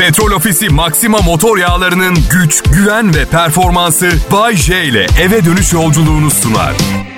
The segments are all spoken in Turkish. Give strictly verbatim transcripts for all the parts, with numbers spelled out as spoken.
Petrol Ofisi Maxima motor yağlarının güç, güven ve performansı Bay J ile eve dönüş yolculuğunu sunar.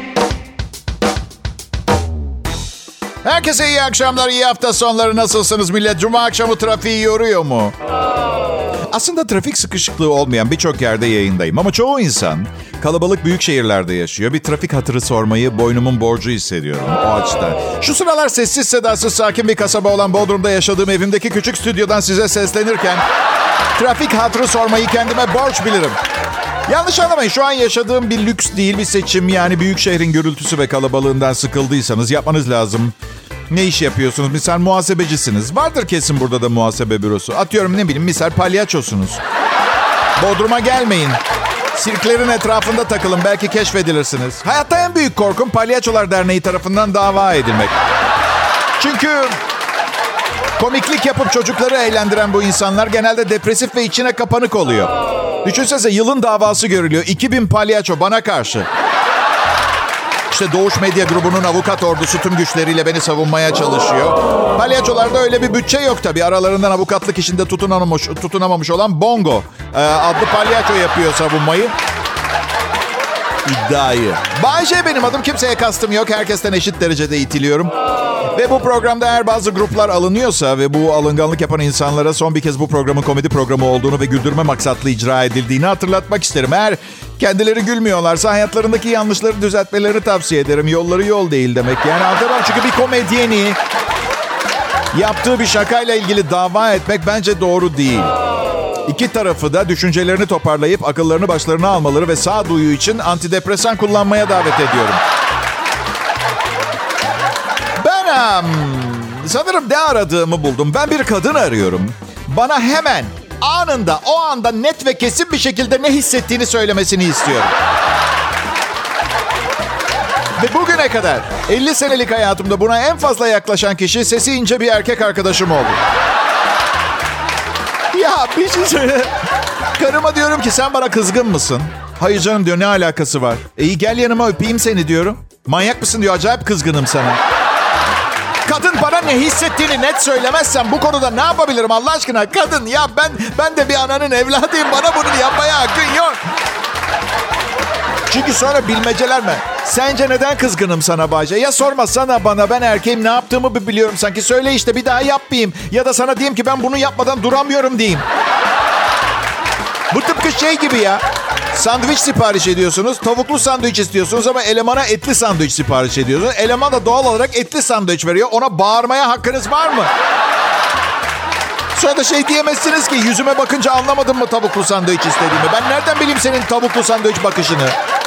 Herkese iyi akşamlar, iyi hafta sonları. Nasılsınız millet? Cuma akşamı trafiği yoruyor mu? Aslında trafik sıkışıklığı olmayan birçok yerde yayındayım. Ama çoğu insan kalabalık büyük şehirlerde yaşıyor. Bir trafik hatırı sormayı boynumun borcu hissediyorum o açıdan. Şu sıralar sessiz sedasız sakin bir kasaba olan Bodrum'da yaşadığım evimdeki küçük stüdyodan size seslenirken trafik hatırı sormayı kendime borç bilirim. Yanlış anlamayın, şu an yaşadığım bir lüks değil, bir seçim. Yani büyük şehrin gürültüsü ve kalabalığından sıkıldıysanız yapmanız lazım. Ne iş yapıyorsunuz? Misal muhasebecisiniz. Vardır kesin burada da muhasebe bürosu. Atıyorum ne bileyim, misal palyaçosunuz. Bodrum'a gelmeyin. Sirklerin etrafında takılın, belki keşfedilirsiniz. Hayatta en büyük korkum Palyaçolar Derneği tarafından dava edilmek. Çünkü komiklik yapıp çocukları eğlendiren bu insanlar genelde depresif ve içine kapanık oluyor. Düşünsenize, yılın davası görülüyor. iki bin palyaço bana karşı. İşte Doğuş Medya Grubu'nun avukat ordusu tüm güçleriyle beni savunmaya çalışıyor. Palyaçolarda öyle bir bütçe yok tabii. Aralarından avukatlık işinde tutunamamış, tutunamamış olan Bongo e, adlı palyaço yapıyor savunmayı. İddiayı. Bay J benim adım. Kimseye kastım yok. Herkesten eşit derecede itiliyorum. Ve bu programda eğer bazı gruplar alınıyorsa ve bu alınganlık yapan insanlara son bir kez bu programın komedi programı olduğunu ve güldürme maksatlı icra edildiğini hatırlatmak isterim. Eğer kendileri gülmüyorlarsa hayatlarındaki yanlışları düzeltmelerini tavsiye ederim. Yolları yol değil demek. Yani anlamam, çünkü bir komedyeni yaptığı bir şakayla ilgili dava etmek bence doğru değil. İki tarafı da düşüncelerini toparlayıp akıllarını başlarına almaları ve sağduyu için antidepresan kullanmaya davet ediyorum. Ben um, sanırım ne aradığımı buldum. Ben bir kadın arıyorum. Bana hemen, anında, o anda net ve kesin bir şekilde ne hissettiğini söylemesini istiyorum. Ve bugüne kadar elli senelik hayatımda buna en fazla yaklaşan kişi sesi ince bir erkek arkadaşım oldu. Ya bir şey söyle. Karıma diyorum ki sen bana kızgın mısın? Hayır canım diyor, ne alakası var? İyi gel yanıma öpeyim seni diyorum. Manyak mısın diyor, acayip kızgınım sana. Kadın bana ne hissettiğini net söylemezsen bu konuda ne yapabilirim Allah aşkına? Kadın ya ben ben de bir ananın evladıyım, bana bunu yapmaya hakkın yok. Çünkü sonra bilmeceler mi? Sence neden kızgınım sana Bayce? Ya sormasana bana, ben erkeğim, ne yaptığımı bir biliyorum sanki. Söyle işte, bir daha yapmayayım. Ya da sana diyeyim ki ben bunu yapmadan duramıyorum diyeyim. Bu tıpkı şey gibi ya. Sandviç sipariş ediyorsunuz. Tavuklu sandviç istiyorsunuz ama elemana etli sandviç sipariş ediyorsunuz. Eleman da doğal olarak etli sandviç veriyor. Ona bağırmaya hakkınız var mı? Sonra da şey diyemezsiniz ki, yüzüme bakınca anlamadın mı tavuklu sandviç istediğimi? Ben nereden bileyim senin tavuklu sandviç bakışını?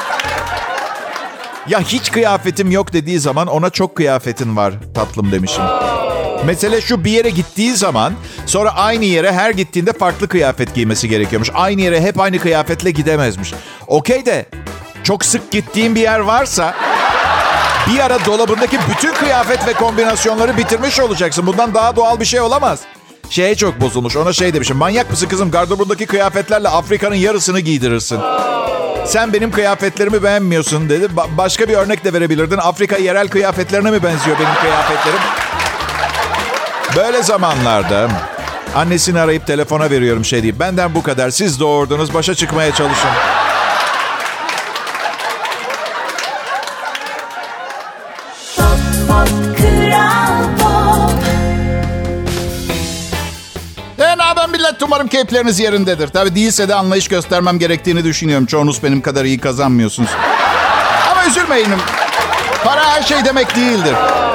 Ya hiç kıyafetim yok dediği zaman ona çok kıyafetin var tatlım demişim. Mesele şu, bir yere gittiği zaman sonra aynı yere her gittiğinde farklı kıyafet giymesi gerekiyormuş. Aynı yere hep aynı kıyafetle gidemezmiş. Okey de çok sık gittiğin bir yer varsa bir ara dolabındaki bütün kıyafet ve kombinasyonları bitirmiş olacaksın. Bundan daha doğal bir şey olamaz. Şeye çok bozulmuş. Ona şey demişim. Manyak mısın kızım? Gardırobundaki kıyafetlerle Afrika'nın yarısını giydirirsin. Sen benim kıyafetlerimi beğenmiyorsun dedi. Ba- başka bir örnek de verebilirdin. Afrika yerel kıyafetlerine mi benziyor benim kıyafetlerim? Böyle zamanlarda annesini arayıp telefona veriyorum şey deyip, benden bu kadar, siz doğurdunuz, başa çıkmaya çalışın. E, ne haber millet? Umarım keyifleriniz yerindedir. Tabii değilse de anlayış göstermem gerektiğini düşünüyorum. Çoğunuz benim kadar iyi kazanmıyorsunuz. Ama üzülmeyin. Para her şey demek değildir.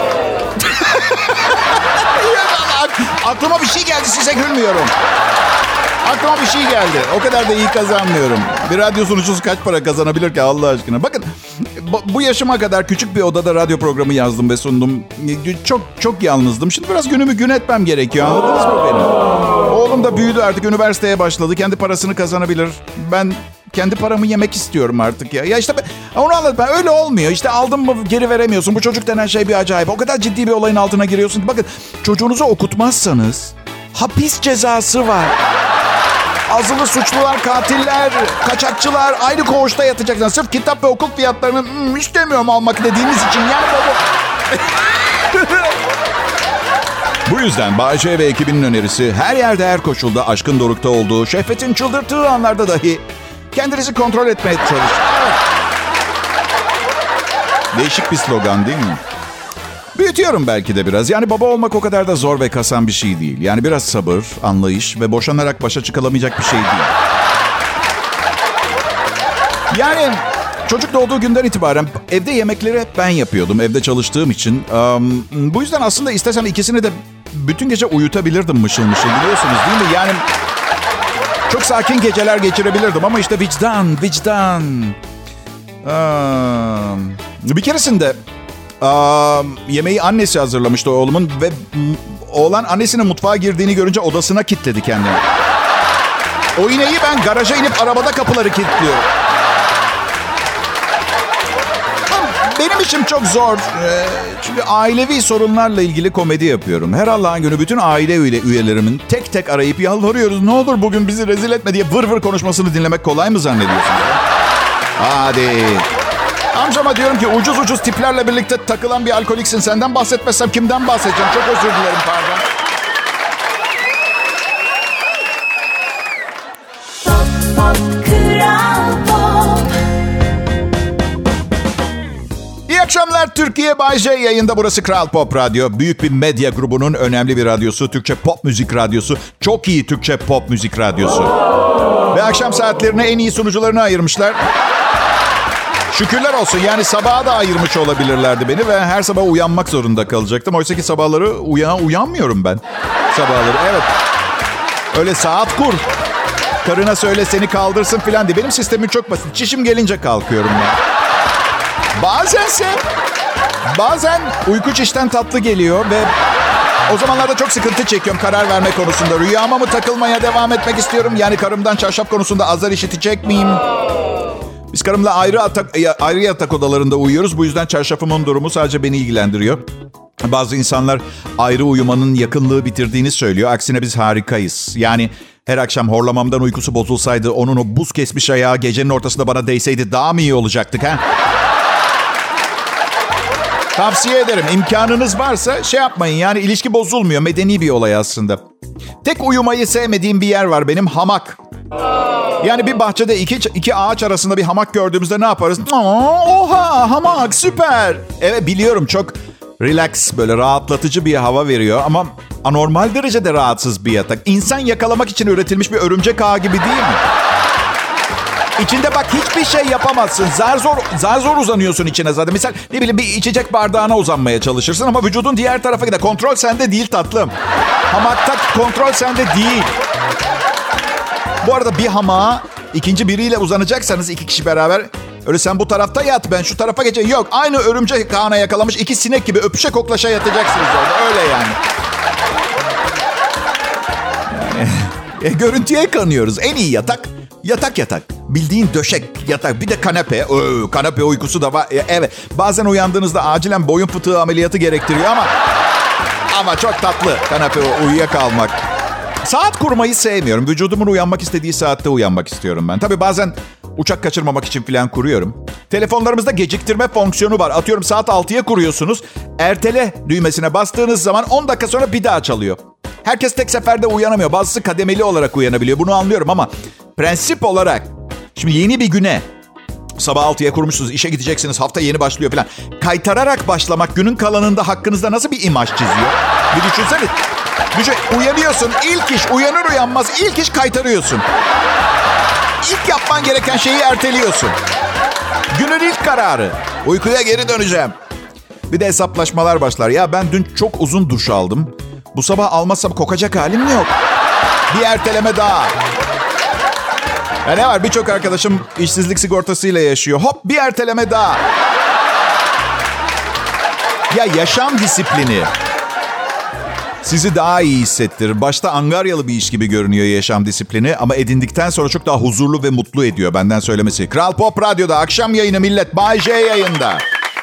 Aklıma bir şey geldi, size gülmüyorum. Aklıma bir şey geldi. O kadar da iyi kazanmıyorum. Bir radyo sunucusu kaç para kazanabilir ki Allah aşkına? Bakın, bu yaşıma kadar küçük bir odada radyo programı yazdım ve sundum. Çok çok yalnızdım. Şimdi biraz günümü gün etmem gerekiyor. Anladınız mı beni? Oğlum da büyüdü artık, üniversiteye başladı. Kendi parasını kazanabilir. Ben kendi paramı yemek istiyorum artık ya. Ya işte ben, onu anladım. Ben öyle olmuyor. İşte aldın mı geri veremiyorsun. Bu çocuk denen şey bir acayip. O kadar ciddi bir olayın altına giriyorsun. Bakın, çocuğunuzu okutmazsanız hapis cezası var. Azılı suçlular, katiller, kaçakçılar aynı koğuşta yatacaksınız. Sırf kitap ve okul fiyatlarını hmm, istemiyorum almak dediğiniz için. Yani baba... Bu yüzden Bay J ve ekibinin önerisi her yerde her koşulda aşkın dorukta olduğu, şehvetin çıldırttığı anlarda dahi kendinizi kontrol etmeye çalışın. Evet. Değişik bir slogan değil mi? Büyütüyorum belki de biraz. Yani baba olmak o kadar da zor ve kasan bir şey değil. Yani biraz sabır, anlayış ve boşanarak başa çıkılamayacak bir şey değil. Yani çocuk doğduğu günden itibaren evde yemekleri hep ben yapıyordum. Evde çalıştığım için. Um, bu yüzden aslında istesem ikisini de bütün gece uyutabilirdim mışıl mışıl, biliyorsunuz değil mi? Yani çok sakin geceler geçirebilirdim ama işte vicdan, vicdan. Um, bir keresinde um, yemeği annesi hazırlamıştı oğlumun ve oğlan annesinin mutfağa girdiğini görünce odasına kilitledi kendini. O ineği ben garaja inip arabada kapıları kilitliyorum. Benim işim çok zor. Çünkü ailevi sorunlarla ilgili komedi yapıyorum. Her Allah'ın günü bütün aile üyelerimin tek tek arayıp yalvarıyoruz. Ne olur bugün bizi rezil etme diye vır vır konuşmasını dinlemek kolay mı zannediyorsunuz? Hadi. Amcama diyorum ki ucuz ucuz tiplerle birlikte takılan bir alkoliksin. Senden bahsetmezsem kimden bahsedeceğim? Çok özür dilerim, pardon. Pop, pop, Kral Pop. İyi akşamlar Türkiye, Bay J yayında. Burası Kral Pop Radyo. Büyük bir medya grubunun önemli bir radyosu. Türkçe pop müzik radyosu. Çok iyi Türkçe pop müzik radyosu. Ve akşam saatlerine en iyi sunucularını ayırmışlar. Şükürler olsun. Yani sabaha da ayırmış olabilirlerdi beni ve her sabah uyanmak zorunda kalacaktım. Oysa ki sabahları uyan, uyanmıyorum ben. Sabahları, evet. Öyle saat kur. Karına söyle seni kaldırsın falan diye. Benim sistemim çok basit. Çişim gelince kalkıyorum ben. Bazense, bazen uyku çişten tatlı geliyor ve o zamanlarda çok sıkıntı çekiyorum karar verme konusunda. Rüyama mı takılmaya devam etmek istiyorum? Yani karımdan çarşaf konusunda azar işitecek miyim? Biz karımla ayrı atak, ayrı yatak odalarında uyuyoruz. Bu yüzden çarşafımın durumu sadece beni ilgilendiriyor. Bazı insanlar ayrı uyumanın yakınlığı bitirdiğini söylüyor. Aksine biz harikayız. Yani her akşam horlamamdan uykusu bozulsaydı, onun o buz kesmiş ayağı gecenin ortasında bana değseydi daha mı iyi olacaktık ha? Tavsiye ederim. İmkanınız varsa şey yapmayın. Yani ilişki bozulmuyor. Medeni bir olay aslında. Tek uyumayı sevmediğim bir yer var benim, hamak. Yani bir bahçede iki, iki ağaç arasında bir hamak gördüğümüzde ne yaparız? Oha, hamak süper. Evet biliyorum, çok relax, böyle rahatlatıcı bir hava veriyor ama anormal derecede rahatsız bir yatak. İnsan yakalamak için üretilmiş bir örümcek ağı gibi değil mi? İçinde bak hiçbir şey yapamazsın. Zar zor, zar zor uzanıyorsun içine zaten. Mesela ne bileyim bir içecek bardağına uzanmaya çalışırsın ama vücudun diğer tarafa gider. Kontrol sende değil tatlım. Hamakta kontrol sende değil. Bu arada bir hamağa ikinci biriyle uzanacaksanız iki kişi beraber, öyle sen bu tarafta yat ben şu tarafa geçeyim. Yok, aynı örümcek ağına yakalamış iki sinek gibi öpüşe koklaşa yatacaksınız orada. Öyle yani. yani e, görüntüye kanıyoruz. En iyi yatak yatak yatak. Bildiğin döşek yatak. Bir de kanepe. Oo, kanepe uykusu da var. E, evet. Bazen uyandığınızda acilen boyun fıtığı ameliyatı gerektiriyor ama ama çok tatlı kanepe uyuyakalmak. Saat kurmayı sevmiyorum. Vücudumun uyanmak istediği saatte uyanmak istiyorum ben. Tabii bazen uçak kaçırmamak için falan kuruyorum. Telefonlarımızda geciktirme fonksiyonu var. Atıyorum saat altıya kuruyorsunuz. Ertele düğmesine bastığınız zaman on dakika sonra bir daha çalıyor. Herkes tek seferde uyanamıyor. Bazısı kademeli olarak uyanabiliyor. Bunu anlıyorum ama prensip olarak şimdi yeni bir güne sabah altıya kurmuşsunuz, işe gideceksiniz, hafta yeni başlıyor falan. Kaytararak başlamak günün kalanında hakkınızda nasıl bir imaj çiziyor? Bir düşünsene. Düşün, uyanıyorsun, ilk iş uyanır uyanmaz ilk iş kaytarıyorsun. İlk yapman gereken şeyi erteliyorsun. Günün ilk kararı. Uykuya geri döneceğim. Bir de hesaplaşmalar başlar. Ya ben dün çok uzun duş aldım. Bu sabah almazsam kokacak halim mi yok? Bir erteleme daha. Ya ne var, birçok arkadaşım işsizlik sigortasıyla yaşıyor. Hop bir erteleme daha. Ya yaşam disiplini sizi daha iyi hissettirir. Başta angaryalı bir iş gibi görünüyor yaşam disiplini ama edindikten sonra çok daha huzurlu ve mutlu ediyor, benden söylemesi. Kral Pop Radyo'da akşam yayını millet. Bay J yayında.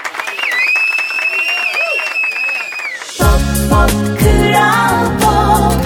Pop, pop, Kral Pop.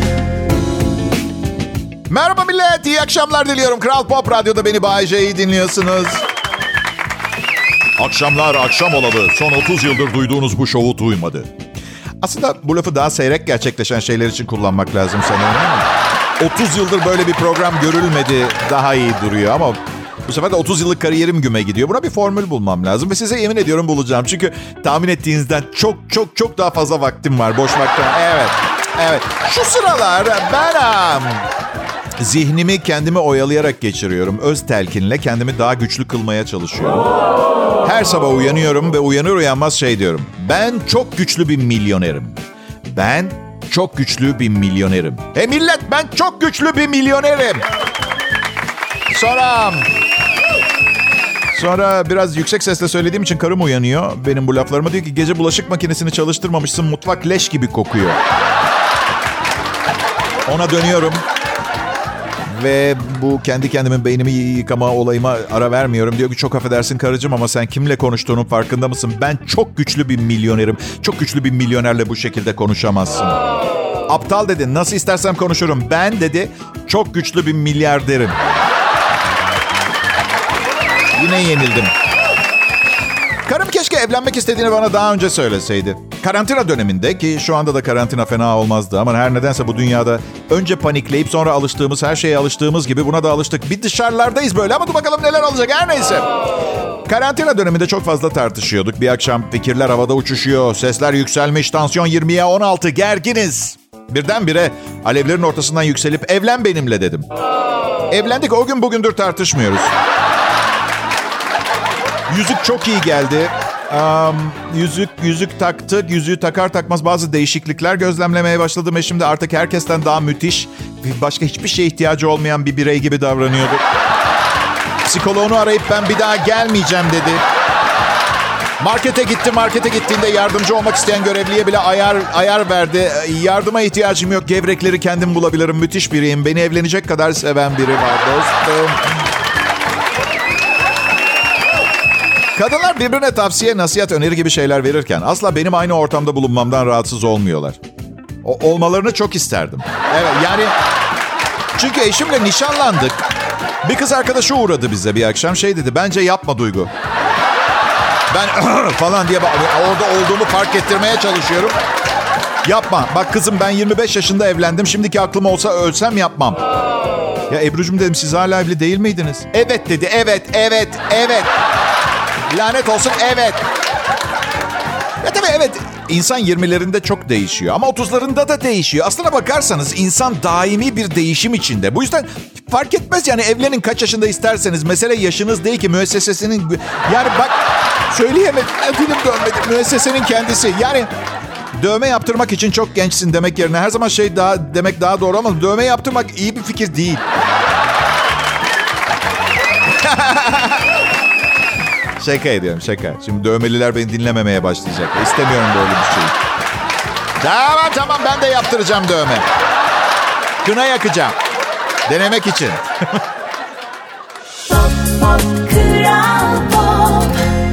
Merhaba millet, iyi akşamlar diliyorum. Kral Pop Radyo'da beni Bay J'yi dinliyorsunuz. Akşamlar akşam olalı. Son otuz yıldır duyduğunuz bu şovu duymadı. Aslında bu lafı daha seyrek gerçekleşen şeyler için kullanmak lazım sanırım. otuz yıldır böyle bir program görülmedi, daha iyi duruyor ama bu sefer de otuz yıllık kariyerim güme gidiyor. Buna bir formül bulmam lazım ve size yemin ediyorum bulacağım. Çünkü tahmin ettiğinizden çok çok çok daha fazla vaktim var, boş vaktim. Evet, evet. Şu sıralar ben um, zihnimi kendimi oyalayarak geçiriyorum. Öz telkinle kendimi daha güçlü kılmaya çalışıyorum. Her sabah uyanıyorum ve uyanır uyanmaz şey diyorum. Ben çok güçlü bir milyonerim. Ben çok güçlü bir milyonerim. E millet, ben çok güçlü bir milyonerim. Sonra... Sonra biraz yüksek sesle söylediğim için karım uyanıyor. Benim bu laflarıma diyor ki gece bulaşık makinesini çalıştırmamışsın. Mutfak leş gibi kokuyor. Ona dönüyorum. Ve bu kendi kendimin beynimi yıkama olayıma ara vermiyorum. Diyor ki çok affedersin karıcığım ama sen kimle konuştuğunun farkında mısın? Ben çok güçlü bir milyonerim. Çok güçlü bir milyonerle bu şekilde konuşamazsın. Aptal dedi. Nasıl istersem konuşurum. Ben dedi çok güçlü bir milyarderim. Yine yenildim. Karım keşke evlenmek istediğini bana daha önce söyleseydi. Karantina döneminde, ki şu anda da karantina fena olmazdı ama her nedense bu dünyada önce panikleyip sonra alıştığımız, her şeye alıştığımız gibi buna da alıştık. Bir dışarılardayız böyle ama dur bakalım neler olacak, her neyse. Karantina döneminde çok fazla tartışıyorduk. Bir akşam fikirler havada uçuşuyor, sesler yükselmiş, tansiyon yirmiye on altı, gerginiz. Birdenbire alevlerin ortasından yükselip evlen benimle dedim. Evlendik, o gün bugündür tartışmıyoruz. Yüzük çok iyi geldi. Um, yüzük yüzük taktık. Yüzüğü takar takmaz bazı değişiklikler gözlemlemeye başladım. Eşim de artık herkesten daha müthiş, başka hiçbir şeye ihtiyacı olmayan bir birey gibi davranıyordu. Psikoloğunu arayıp ben bir daha gelmeyeceğim dedi. Markete gitti. Markete gittiğinde yardımcı olmak isteyen görevliye bile ayar ayar verdi. Yardıma ihtiyacım yok. Gevrekleri kendim bulabilirim. Müthiş biriyim. Beni evlenecek kadar seven biri var dostum. Kadınlar birbirine tavsiye, nasihat, öneri gibi şeyler verirken asla benim aynı ortamda bulunmamdan rahatsız olmuyorlar. O, olmalarını çok isterdim. Evet, yani çünkü eşimle nişanlandık. Bir kız arkadaşı uğradı bize bir akşam, şey dedi. Bence yapma Duygu. Ben falan diye orada olduğumu fark ettirmeye çalışıyorum. Yapma. Bak kızım, ben yirmi beş yaşında evlendim. Şimdiki aklım olsa ölsem yapmam. Ya Ebru'cum dedim, siz hala evli değil miydiniz? Evet dedi. Evet, evet, evet. Lanet olsun, evet. Ya tabii evet, insan yirmilerinde çok değişiyor ama otuzlarında da değişiyor. Aslına bakarsanız insan daimi bir değişim içinde. Bu yüzden fark etmez yani, evlenin kaç yaşında isterseniz. Mesele yaşınız değil ki, müessesesinin... Yani bak, söyleyemedim, dilim dönmedi. Müessesenin kendisi. Yani dövme yaptırmak için çok gençsin demek yerine her zaman şey daha demek daha doğru ama dövme yaptırmak iyi bir fikir değil. Şaka ediyorum, şaka. Şimdi dövmeliler beni dinlememeye başlayacak. İstemiyorum böyle bir şey. Tamam tamam, ben de yaptıracağım dövme. Kına yakacağım. Denemek için. Pop, pop, Kral Pop.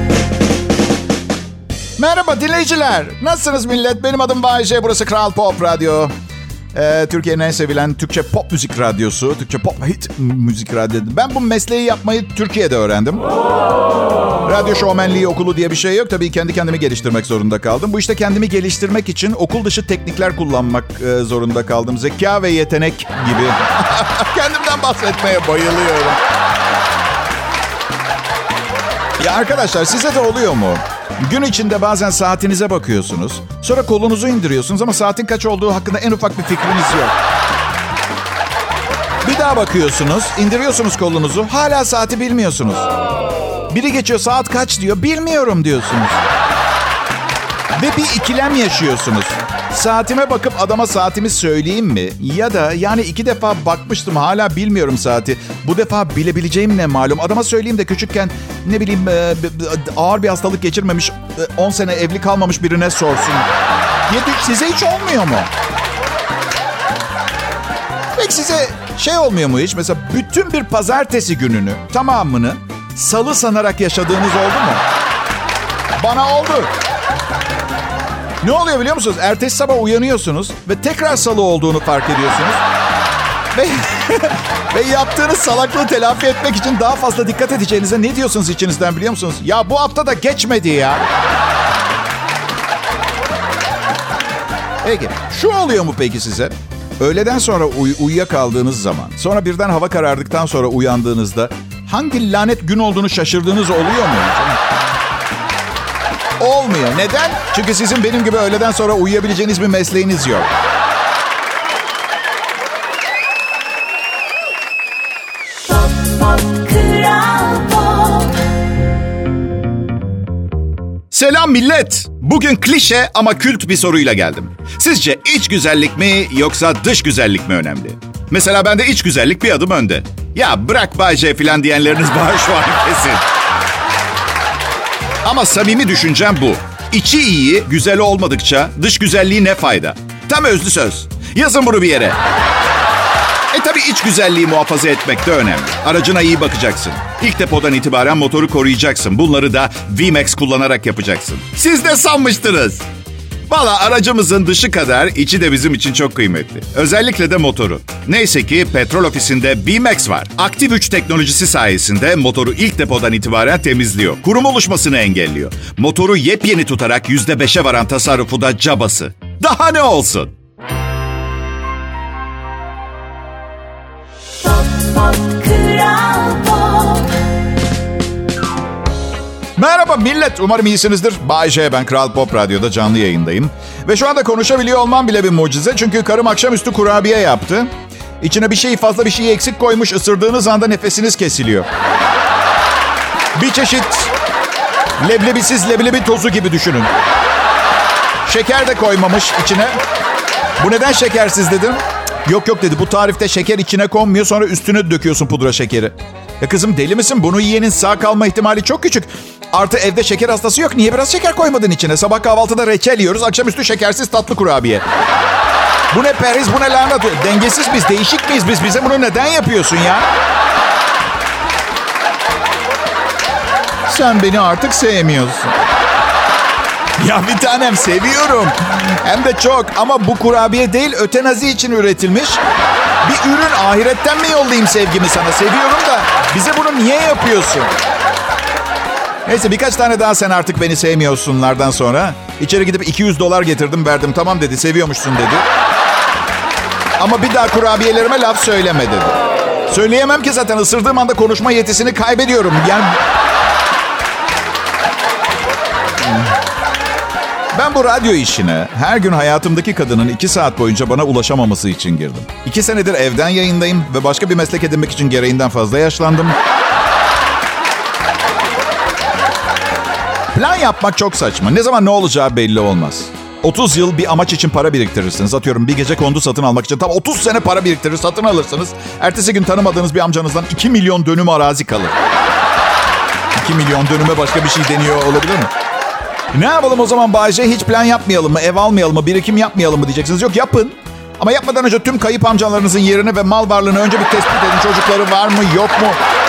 Merhaba dinleyiciler. Nasılsınız millet? Benim adım Bay J. Burası Kral Pop Radyo. Ee, Türkiye'nin en sevilen Türkçe pop müzik radyosu. Türkçe pop hit müzik radyosu. Ben bu mesleği yapmayı Türkiye'de öğrendim. Radyo şovmenliği okulu diye bir şey yok. Tabii kendi kendimi geliştirmek zorunda kaldım. Bu işte kendimi geliştirmek için okul dışı teknikler kullanmak e, zorunda kaldım. Zeka ve yetenek gibi. Kendimden bahsetmeye bayılıyorum. Ya arkadaşlar, size de oluyor mu? Gün içinde bazen saatinize bakıyorsunuz. Sonra kolunuzu indiriyorsunuz ama saatin kaç olduğu hakkında en ufak bir fikriniz yok. Bir daha bakıyorsunuz, indiriyorsunuz kolunuzu. Hala saati bilmiyorsunuz. Biri geçiyor, saat kaç diyor. Bilmiyorum diyorsunuz. Ve bir ikilem yaşıyorsunuz. Saatime bakıp adama saatimi söyleyeyim mi? Ya da yani iki defa bakmıştım, hala bilmiyorum saati. Bu defa bilebileceğim ne malum? Adama söyleyeyim de küçükken ne bileyim ağır bir hastalık geçirmemiş, on sene evli kalmamış birine sorsun. Size hiç olmuyor mu? Peki size şey olmuyor mu hiç? Mesela bütün bir pazartesi gününü, tamamını salı sanarak yaşadığınız oldu mu? Bana oldu. Ne oluyor biliyor musunuz? Ertesi sabah uyanıyorsunuz ve tekrar salı olduğunu fark ediyorsunuz. Ve, ve yaptığınız salaklığı telafi etmek için daha fazla dikkat edeceğinize ne diyorsunuz içinizden biliyor musunuz? Ya bu hafta da geçmedi ya. Peki şu oluyor mu peki size? Öğleden sonra uy- uyuyakaldığınız zaman, sonra birden hava karardıktan sonra uyandığınızda hangi lanet gün olduğunu şaşırdığınız oluyor mu? Olmuyor. Neden? Çünkü sizin benim gibi öğleden sonra uyuyabileceğiniz bir mesleğiniz yok. Selam millet. Bugün klişe ama kült bir soruyla geldim. Sizce iç güzellik mi yoksa dış güzellik mi önemli? Mesela bende iç güzellik bir adım önde. Ya bırak Bay J falan diyenleriniz var şu an kesin. Ama samimi düşüncem bu. İçi iyi, güzel olmadıkça dış güzelliği ne fayda? Tam özlü söz. Yazın bunu bir yere. E tabii iç güzelliği muhafaza etmek de önemli. Aracına iyi bakacaksın. İlk depodan itibaren motoru koruyacaksın. Bunları da V-Max kullanarak yapacaksın. Siz ne sanmıştınız? Valla aracımızın dışı kadar içi de bizim için çok kıymetli. Özellikle de motoru. Neyse ki petrol ofisinde V-Max var. Aktif üç teknolojisi sayesinde motoru ilk depodan itibaren temizliyor. Kurum oluşmasını engelliyor. Motoru yepyeni tutarak yüzde beşe varan tasarrufu da cabası. Daha ne olsun? Merhaba millet, umarım iyisinizdir. Bay J, ben Kral Pop Radyo'da canlı yayındayım. Ve şu anda konuşabiliyor olmam bile bir mucize. Çünkü karım akşamüstü kurabiye yaptı. İçine bir şey fazla bir şey eksik koymuş. Isırdığınız anda nefesiniz kesiliyor. Bir çeşit leblebisiz leblebi tozu gibi düşünün. Şeker de koymamış içine. Bu neden şekersiz dedim. Yok yok dedi, bu tarifte şeker içine konmuyor, sonra üstüne döküyorsun pudra şekeri. Ya kızım deli misin? Bunu yiyenin sağ kalma ihtimali çok küçük. Artı evde şeker hastası yok. Niye biraz şeker koymadın içine? Sabah kahvaltıda reçel yiyoruz. Akşamüstü şekersiz tatlı kurabiye. Bu ne periz, bu ne lanet. Dengesiz biz, değişik miyiz biz? Bize bunu neden yapıyorsun ya? Sen beni artık sevmiyorsun. Ya bir tanem seviyorum. Hem de çok. Ama bu kurabiye değil, ötenazi için üretilmiş bir ürün. Ahiretten mi yollayayım sevgimi sana? Seviyorum da bize bunu niye yapıyorsun? Neyse birkaç tane daha sen artık beni sevmiyorsunlardan sonra içeri gidip iki yüz dolar getirdim verdim. Tamam dedi, seviyormuşsun dedi. Ama bir daha kurabiyelerime laf söyleme dedi. Söyleyemem ki zaten, ısırdığım anda konuşma yetisini kaybediyorum. Yani... Ben bu radyo işine her gün hayatımdaki kadının iki saat boyunca bana ulaşamaması için girdim. İki senedir evden yayındayım ve başka bir meslek edinmek için gereğinden fazla yaşlandım. Plan yapmak çok saçma. Ne zaman ne olacağı belli olmaz. otuz yıl bir amaç için para biriktirirsiniz. Atıyorum bir gece kondu satın almak için tam otuz sene para biriktirir, satın alırsınız. Ertesi gün tanımadığınız bir amcanızdan iki milyon dönüm arazi kalır. iki milyon dönüme başka bir şey deniyor olabilir mi? Ne yapalım o zaman Bay J? Hiç plan yapmayalım mı? Ev almayalım mı? Birikim yapmayalım mı diyeceksiniz. Yok, yapın. Ama yapmadan önce tüm kayıp amcalarınızın yerini ve mal varlığını önce bir tespit edin. Çocukları var mı, yok mu?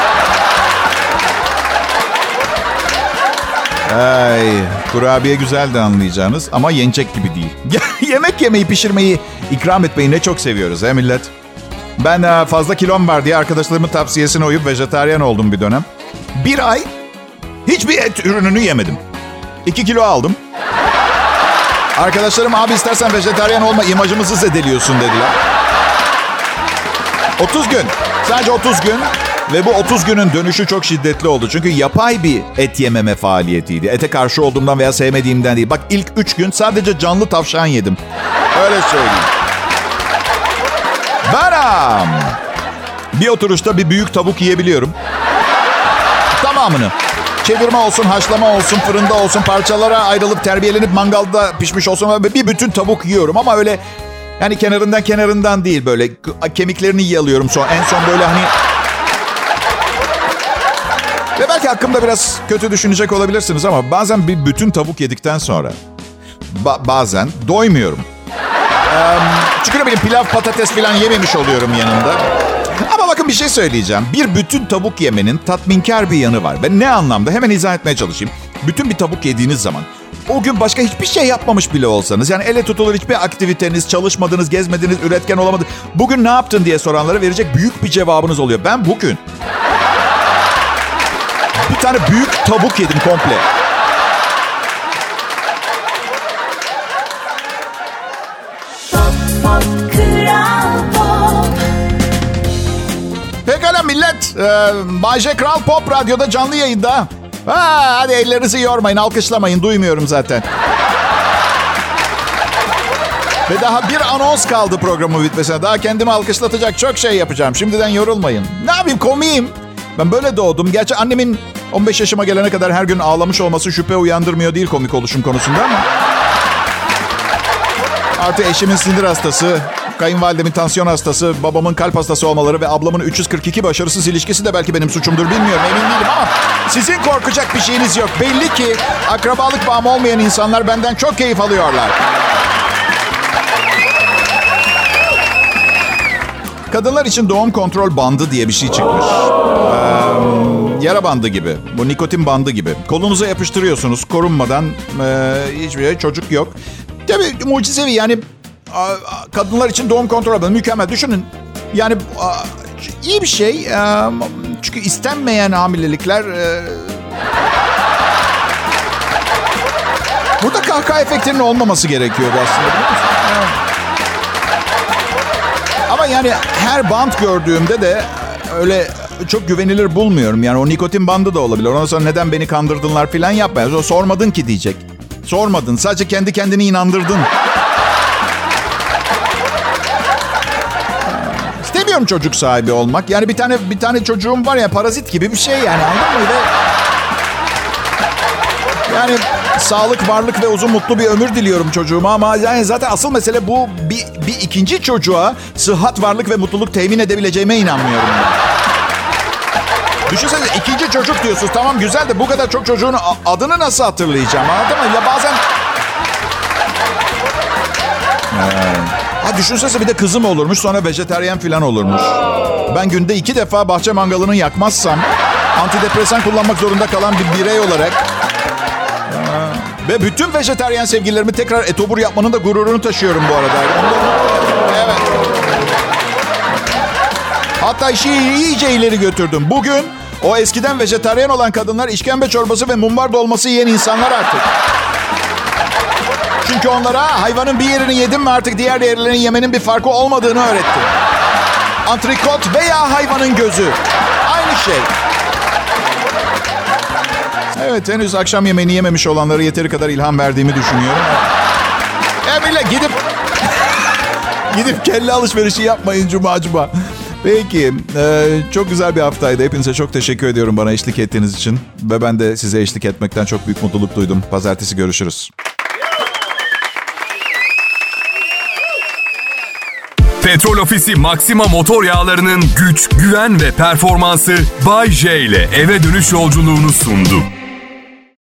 Ay, kurabiye güzeldi anlayacağınız ama yenecek gibi değil. Yemek yemeyi, pişirmeyi, ikram etmeyi ne çok seviyoruz he millet. Ben fazla kilom var diye arkadaşlarımın tavsiyesine uyup vejetaryen oldum bir dönem. Bir ay hiçbir et ürününü yemedim. İki kilo aldım. Arkadaşlarım abi istersen vejetaryen olma, imajımızı zedeliyorsun dediler. otuz gün. Sadece otuz gün. Ve bu otuz günün dönüşü çok şiddetli oldu. Çünkü yapay bir et yememe faaliyetiydi. Ete karşı olduğumdan veya sevmediğimden değil. Bak ilk üç gün sadece canlı tavşan yedim. Öyle söyleyeyim. Baram. Bir oturuşta bir büyük tavuk yiyebiliyorum. Tamamını. Çevirme olsun, haşlama olsun, fırında olsun, parçalara ayrılıp terbiyelenip mangalda pişmiş olsun. Bir bütün tavuk yiyorum ama öyle yani kenarından kenarından değil, böyle kemiklerini yalıyorum son. En son böyle hani... Ve belki hakkımda biraz kötü düşünecek olabilirsiniz ama bazen bir bütün tavuk yedikten sonra ba- bazen doymuyorum. Ee, çünkü ne bileyim pilav, patates falan yememiş oluyorum yanında. Ama bakın bir şey söyleyeceğim. Bir bütün tavuk yemenin tatminkar bir yanı var. Ben ne anlamda? Hemen izah etmeye çalışayım. Bütün bir tavuk yediğiniz zaman o gün başka hiçbir şey yapmamış bile olsanız, yani elle tutulur hiçbir aktiviteniz, çalışmadınız, gezmediniz, üretken olamadınız. Bugün ne yaptın diye soranlara verecek büyük bir cevabınız oluyor. Ben bugün bir tane büyük tavuk yedim komple. Pekala millet. Ee, Bay J Kral Pop Radyo'da canlı yayında. Ha, hadi ellerinizi yormayın, alkışlamayın. Duymuyorum zaten. Ve daha bir anons kaldı programı bitmesine. Daha kendimi alkışlatacak çok şey yapacağım. Şimdiden yorulmayın. Ne yapayım, komiyim. Ben böyle doğdum. Gerçi annemin on beş yaşıma gelene kadar her gün ağlamış olması şüphe uyandırmıyor değil komik oluşum konusunda ama. Artı eşimin sinir hastası, kayınvalidemin tansiyon hastası, babamın kalp hastası olmaları ve ablamın üç yüz kırk iki başarısız ilişkisi de belki benim suçumdur, bilmiyorum, emin değilim ama sizin korkacak bir şeyiniz yok. Belli ki akrabalık bağım olmayan insanlar benden çok keyif alıyorlar. Kadınlar için doğum kontrol bandı diye bir şey çıkmış. Ee, yara bandı gibi. Bu nikotin bandı gibi. Kolunuza yapıştırıyorsunuz korunmadan. E, hiçbir şey, çocuk yok. Tabii mucizevi yani. A, a, kadınlar için doğum kontrol bandı mükemmel. Düşünün. Yani a, iyi bir şey. E, çünkü istenmeyen hamilelikler... E, burada kahkaha efektinin olmaması gerekiyordu aslında. Biliyor musun? Evet. Ama yani her bant gördüğümde de öyle çok güvenilir bulmuyorum. Yani o nikotin bandı da olabilir. Ondan sonra neden beni kandırdılar falan yapmayın. Sormadın ki diyecek. Sormadın. Sadece kendi kendini inandırdın. İstemiyorum çocuk sahibi olmak. Yani bir tane bir tane çocuğum var ya, parazit gibi bir şey yani, anladın mı? Ve yani sağlık, varlık ve uzun mutlu bir ömür diliyorum çocuğuma ama yani zaten asıl mesele bu. Bir, bir ikinci çocuğa sıhhat, varlık ve mutluluk temin edebileceğime inanmıyorum ben. Düşünsene, ikinci çocuk diyorsunuz. Tamam güzel de bu kadar çok çocuğun adını nasıl hatırlayacağım, anladın mı? Ya bazen... Ee, ha düşünsene bir de kızım olurmuş, sonra vejetaryen falan olurmuş. Ben günde iki defa bahçe mangalını yakmazsam antidepresan kullanmak zorunda kalan bir birey olarak... Ve bütün vejetaryen sevgililerimi tekrar etobur yapmanın da gururunu taşıyorum bu arada. Evet. Hatta işi iyice ileri götürdüm. Bugün o eskiden vejetaryen olan kadınlar işkembe çorbası ve mumbar dolması yiyen insanlar artık. Çünkü onlara hayvanın bir yerini yedim mi artık diğer yerlerini yemenin bir farkı olmadığını öğretti. Antrikot veya hayvanın gözü. Aynı şey. Evet, henüz akşam yemeğini yememiş olanlara yeteri kadar ilham verdiğimi düşünüyorum. E bile gidip gidip kelle alışverişi yapmayın cuma cuma. Peki, e, çok güzel bir haftaydı. Hepinize çok teşekkür ediyorum bana eşlik ettiğiniz için. Ve ben de size eşlik etmekten çok büyük mutluluk duydum. Pazartesi görüşürüz. Petrol Ofisi Maxima motor yağlarının güç, güven ve performansı Bay J ile eve dönüş yolculuğunu sundu.